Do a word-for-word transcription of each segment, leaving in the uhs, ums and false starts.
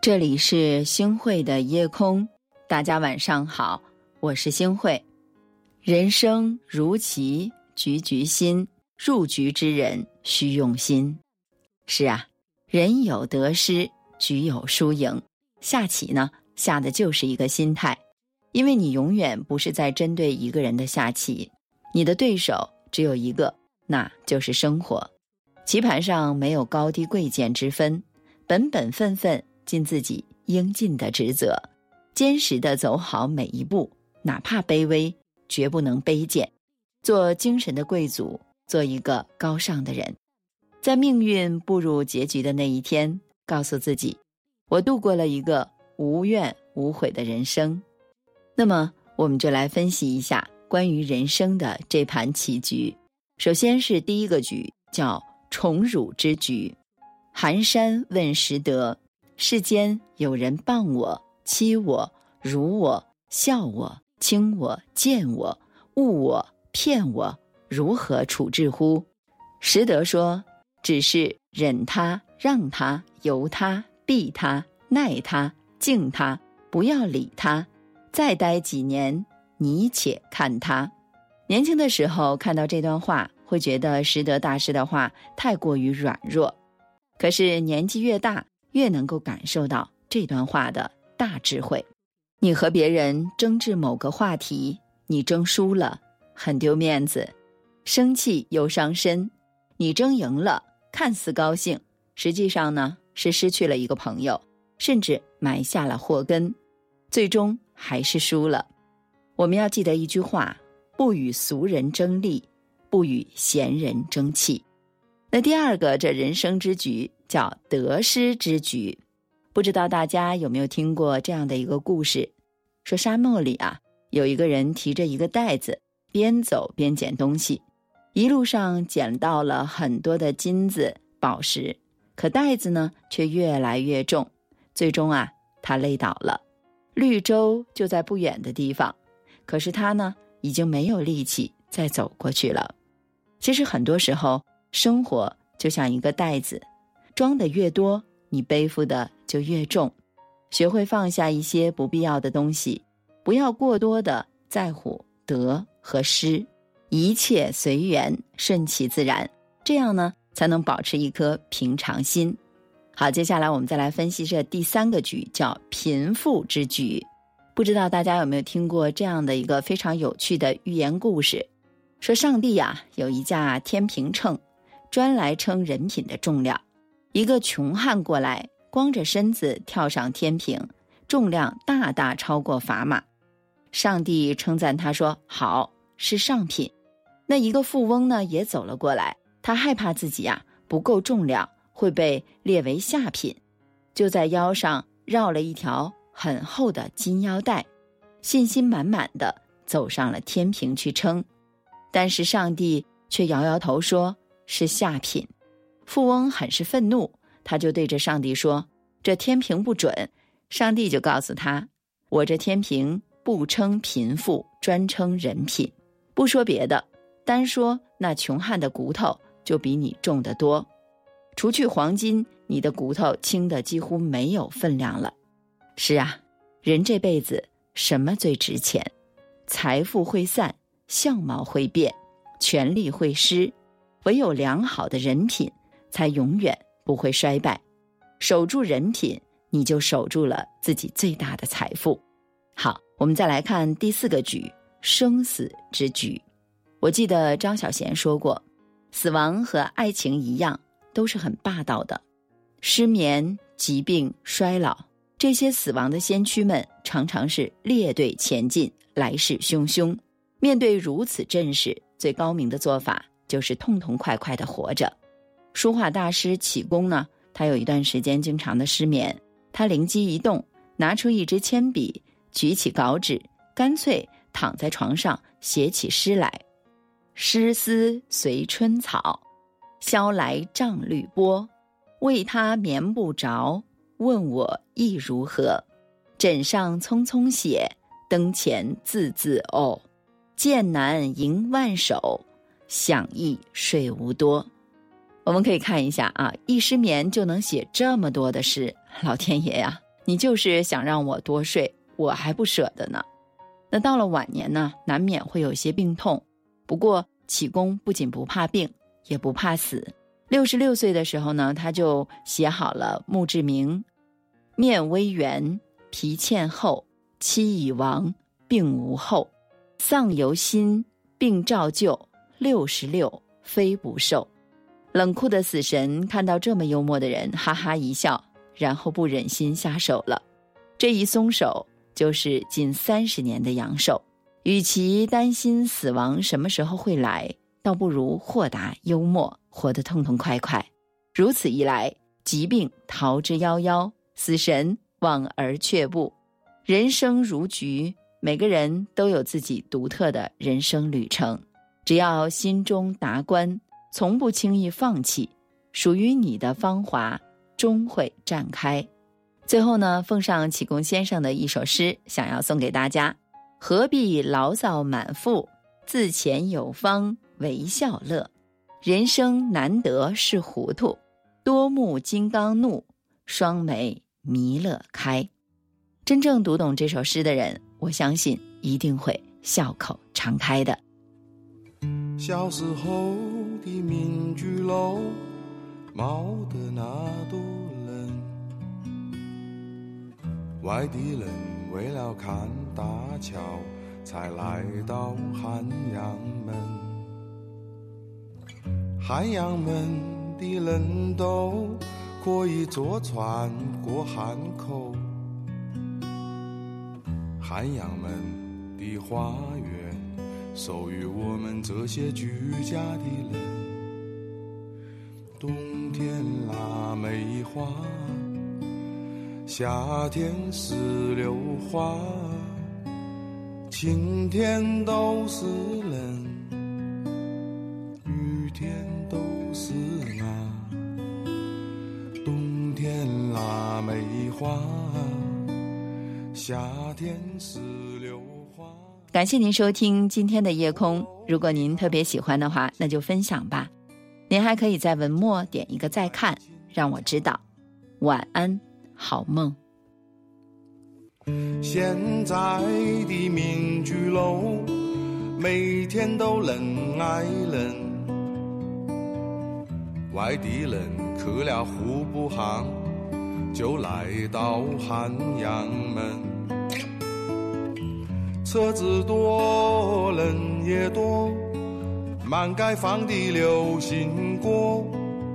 这里是星慧的夜空，大家晚上好，我是星慧。人生如棋，局局新，入局之人需用心。是啊，人有得失，局有输赢，下棋呢，下的就是一个心态。因为你永远不是在针对一个人的下棋，你的对手只有一个，那就是生活。棋盘上没有高低贵贱之分，本本分分尽自己应尽的职责，坚实地走好每一步，哪怕卑微，绝不能卑贱。做精神的贵族，做一个高尚的人。在命运步入结局的那一天，告诉自己，我度过了一个无怨无悔的人生。那么，我们就来分析一下关于人生的这盘棋局。首先是第一个局，叫宠辱之局。寒山问拾得，世间有人谤我、欺我、辱我、笑我、轻我、贱我、误我、骗我，如何处置乎？拾得说，只是忍他、让他、由他、避他、耐他、敬他，不要理他，再待几年，你且看他。年轻的时候看到这段话，会觉得拾得大师的话太过于软弱，可是年纪越大，越能够感受到这段话的大智慧。你和别人争执某个话题，你争输了，很丢面子，生气又伤身；你争赢了，看似高兴，实际上呢，是失去了一个朋友，甚至埋下了祸根，最终还是输了。我们要记得一句话，不与俗人争利，不与闲人争气。那第二个，这人生之局叫得失之局。不知道大家有没有听过这样的一个故事，说沙漠里啊，有一个人提着一个袋子，边走边捡东西，一路上捡到了很多的金子、宝石，可袋子呢却越来越重，最终啊，他累倒了。绿洲就在不远的地方，可是他呢，已经没有力气再走过去了。其实很多时候，生活就像一个袋子，装的越多，你背负的就越重。学会放下一些不必要的东西，不要过多的在乎得和失，一切随缘，顺其自然，这样呢，才能保持一颗平常心。好，接下来我们再来分析这第三个局，叫贫富之局。不知道大家有没有听过这样的一个非常有趣的寓言故事，说上帝呀、啊、有一架天平秤，专来称人品的重量。一个穷汉过来，光着身子跳上天平，重量大大超过砝码。上帝称赞他说，好，是上品。那一个富翁呢也走了过来，他害怕自己啊不够重量，会被列为下品，就在腰上绕了一条很厚的金腰带，信心满满的走上了天平去称。但是上帝却摇摇头说，是下品。富翁很是愤怒，他就对着上帝说，这天平不准。上帝就告诉他，我这天平不称贫富，专称人品。不说别的，单说那穷汉的骨头就比你重得多，除去黄金，你的骨头轻的几乎没有分量了。是啊，人这辈子什么最值钱？财富会散，相貌会变，权力会失，唯有良好的人品才永远不会衰败。守住人品，你就守住了自己最大的财富。好，我们再来看第四个局，生死之局。我记得张小娴说过，死亡和爱情一样，都是很霸道的。失眠、疾病、衰老，这些死亡的先驱们常常是列队前进，来势汹汹。面对如此阵势，最高明的做法就是痛痛快快地活着。书画大师启功呢，他有一段时间经常的失眠，他灵机一动，拿出一支铅笔，举起稿纸，干脆躺在床上写起诗来。诗思随春草，萧来帐绿波，为他眠不着，问我意如何？枕上匆匆写，灯前字字呕。剑难迎万手，想亦睡无多。我们可以看一下啊，一失眠就能写这么多的诗，老天爷呀， 你就是想让我多睡，我还不舍得呢。那到了晚年呢，难免会有些病痛，不过启功不仅不怕病，也不怕死。六十六岁的时候呢，他就写好了墓志铭：面微圆，皮欠厚，妻已亡，病无后，丧犹新，病照旧，六十六，非不寿。冷酷的死神看到这么幽默的人，哈哈一笑，然后不忍心下手了。这一松手就是近三十年的阳寿。与其担心死亡什么时候会来，倒不如豁达幽默，活得痛痛快快。如此一来，疾病逃之夭夭，死神望而却步。人生如局，每个人都有自己独特的人生旅程，只要心中达观，从不轻易放弃，属于你的芳华终会绽开。最后呢，奉上启功先生的一首诗，想要送给大家：何必牢骚满腹，自前有方为笑乐。人生难得是糊涂，多目金刚怒，双眉弥勒开。真正读懂这首诗的人，我相信一定会笑口常开的。 小时候的民居楼，冒的那堵人，外地人为了看大桥，才来到汉阳门。汉阳门的人都可以坐船过汉口，汉阳门的花园属于我们这些居家的人。冬天腊梅花，夏天石榴花，晴天都是人，雨天都是啊。冬天腊梅花，夏天石榴花。 感谢您收听今天的夜空，如果您特别喜欢的话，那就分享吧。您还可以在文末点一个再看，让我知道。晚安，好梦。 现在的民居楼，每天都人挨人，外地人去了户部行，就来到汉阳门。车子多，人也多，满街放的流行歌，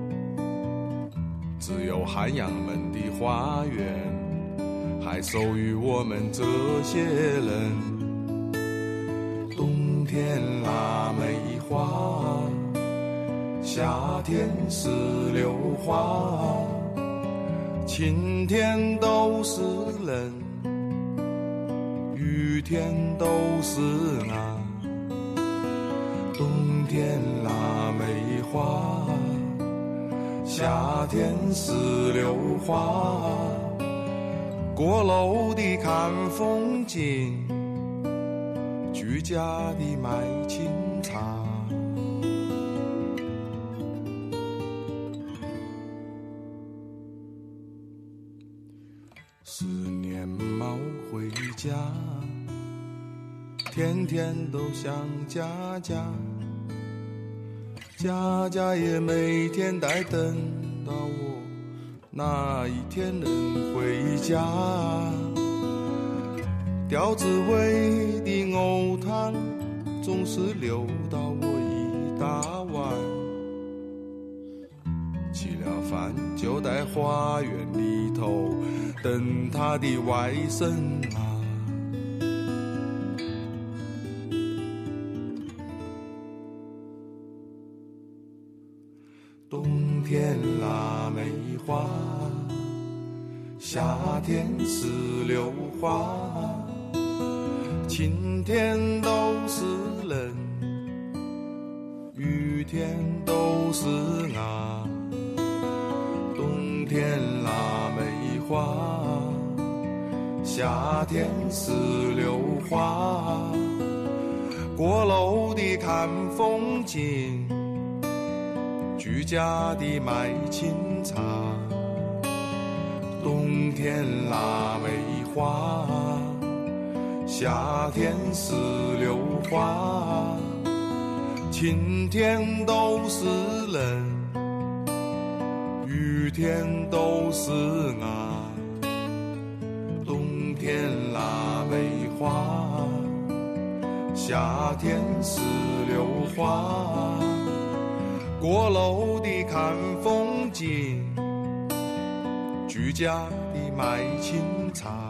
只有汉阳门的花园还属于我们这些人。冬天腊梅花，夏天石榴花，晴天都是人，雨天都是啊。冬天腊梅花，夏天石榴花，过楼的看风景，居家的买清茶。思念猫回家，天天都想家家，家家也每天在等到我那一天能回家。吊子味的藕汤总是留到我一大碗，吃了饭就在花园里头等他的外甥啊。冬天腊梅花，夏天石榴花，晴天都是人，雨天都是啊。冬天腊梅花，夏天石榴花，过楼的看风景，居家的买清茶。 冬天腊梅花，夏天石榴花，晴天都是人，雨天都是啊。冬天腊梅花，夏天石榴花，过楼的看风景，居家的卖清茶。